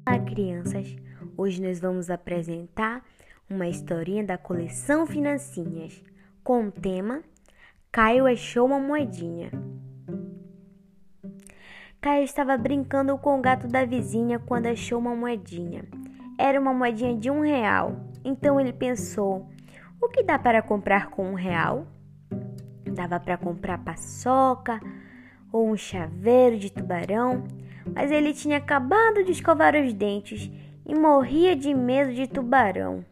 Olá, crianças! Hoje nós vamos apresentar uma historinha da coleção Financinhas, com o tema Caio achou uma moedinha. Caio estava brincando com o gato da vizinha quando achou uma moedinha. Era uma moedinha de R$1. Então ele pensou, o que dá para comprar com R$1? Dava para comprar paçoca ou um chaveiro de tubarão, mas ele tinha acabado de escovar os dentes e morria de medo de tubarão.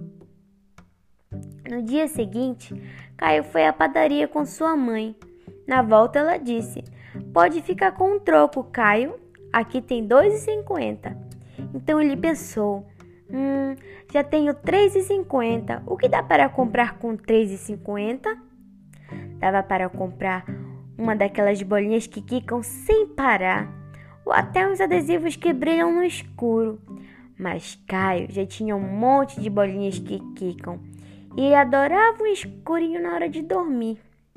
No dia seguinte, Caio foi à padaria com sua mãe. Na volta ela disse, pode ficar com um troco, Caio, aqui tem R$2,50. Então ele pensou, já tenho R$3,50, o que dá para comprar com R$3,50? Dava para comprar uma daquelas bolinhas que quicam sem parar, ou até uns adesivos que brilham no escuro. Mas Caio já tinha um monte de bolinhas que quicam e ele adorava um escurinho na hora de dormir.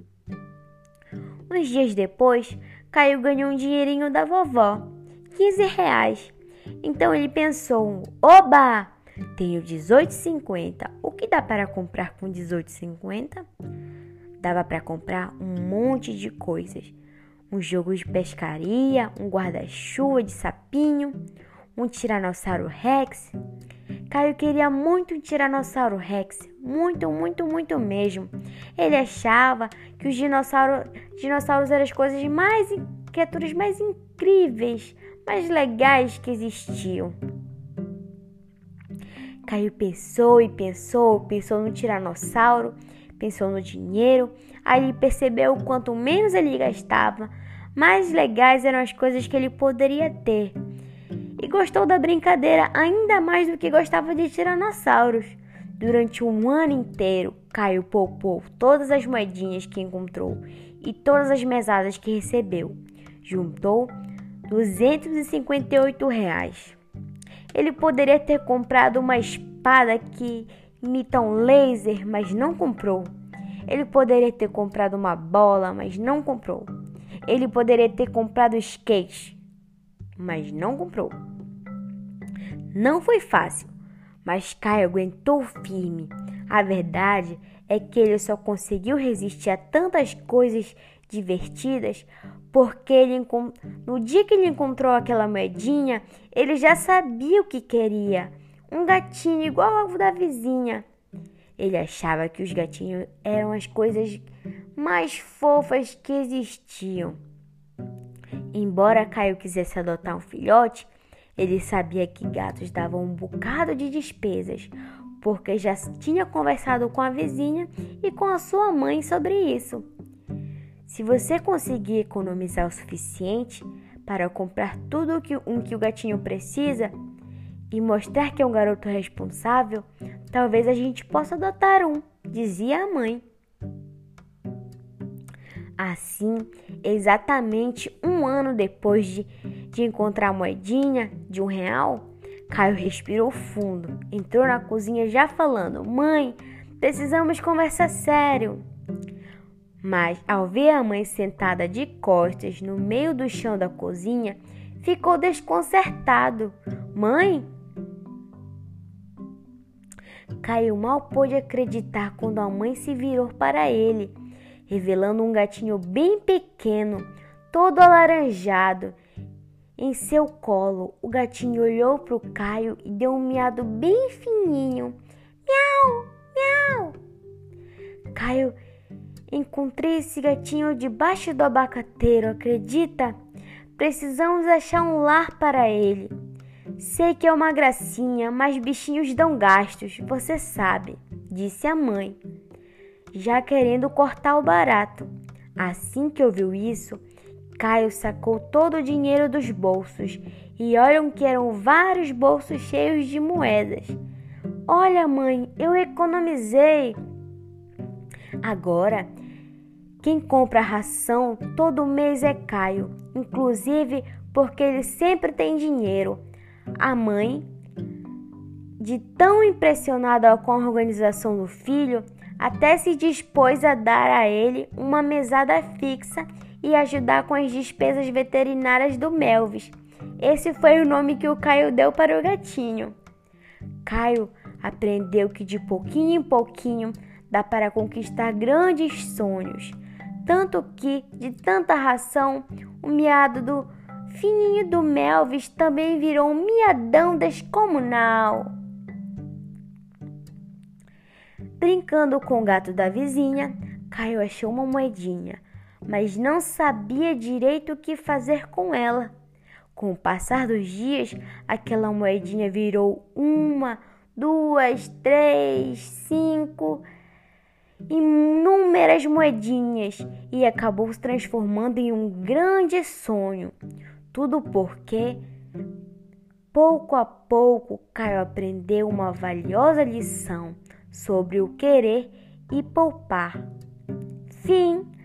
Uns dias depois, Caio ganhou um dinheirinho da vovó, R$15. Então ele pensou, oba, tenho R$18,50, o que dá para comprar com R$18,50? Dava para comprar um monte de coisas. Um jogo de pescaria, um guarda-chuva de sapinho, um Tiranossauro Rex. Caio queria muito um Tiranossauro Rex, muito mesmo. Ele achava que os dinossauros eram as criaturas mais incríveis, mais legais que existiam. Caio pensou no Tiranossauro, pensou no dinheiro, aí ele percebeu que quanto menos ele gastava, mais legais eram as coisas que ele poderia ter. E gostou da brincadeira ainda mais do que gostava de tiranossauros. Durante um ano inteiro, Caio poupou todas as moedinhas que encontrou e todas as mesadas que recebeu. Juntou R$258. Ele poderia ter comprado uma espada que imita um laser, mas não comprou. Ele poderia ter comprado uma bola, mas não comprou. Ele poderia ter comprado skate, mas não comprou. Não foi fácil, mas Caio aguentou firme. A verdade é que ele só conseguiu resistir a tantas coisas divertidas porque no dia que ele encontrou aquela moedinha, ele já sabia o que queria. Um gatinho igual ao da vizinha. Ele achava que os gatinhos eram as coisas mais fofas que existiam. Embora Caio quisesse adotar um filhote, ele sabia que gatos davam um bocado de despesas, porque já tinha conversado com a vizinha e com a sua mãe sobre isso. Se você conseguir economizar o suficiente para comprar tudo que o gatinho precisa e mostrar que é um garoto responsável, talvez a gente possa adotar um, dizia a mãe. Assim, exatamente um ano depois de encontrar a moedinha de R$1, Caio respirou fundo, entrou na cozinha já falando, mãe, precisamos conversar sério. Mas, ao ver a mãe sentada de costas no meio do chão da cozinha, ficou desconcertado. Mãe? Caio mal pôde acreditar quando a mãe se virou para ele, revelando um gatinho bem pequeno, todo alaranjado. Em seu colo, o gatinho olhou para o Caio e deu um miado bem fininho. Miau, miau. Caio, encontrei esse gatinho debaixo do abacateiro, acredita? Precisamos achar um lar para ele. Sei que é uma gracinha, mas bichinhos dão gastos, você sabe, disse a mãe, já querendo cortar o barato. Assim que ouviu isso, Caio sacou todo o dinheiro dos bolsos e olham que eram vários bolsos cheios de moedas. Olha, mãe, eu economizei. Agora, quem compra ração todo mês é Caio, inclusive porque ele sempre tem dinheiro. A mãe, de tão impressionada com a organização do filho, até se dispôs a dar a ele uma mesada fixa e ajudar com as despesas veterinárias do Melvis. Esse foi o nome que o Caio deu para o gatinho. Caio aprendeu que de pouquinho em pouquinho dá para conquistar grandes sonhos. Tanto que, de tanta ração, o miado do fininho do Melvis também virou um miadão descomunal. Brincando com o gato da vizinha, Caio achou uma moedinha, mas não sabia direito o que fazer com ela. Com o passar dos dias, aquela moedinha virou 1, 2, 3, 5 inúmeras moedinhas e acabou se transformando em um grande sonho. Tudo porque, pouco a pouco, Caio aprendeu uma valiosa lição sobre o querer e poupar. Fim.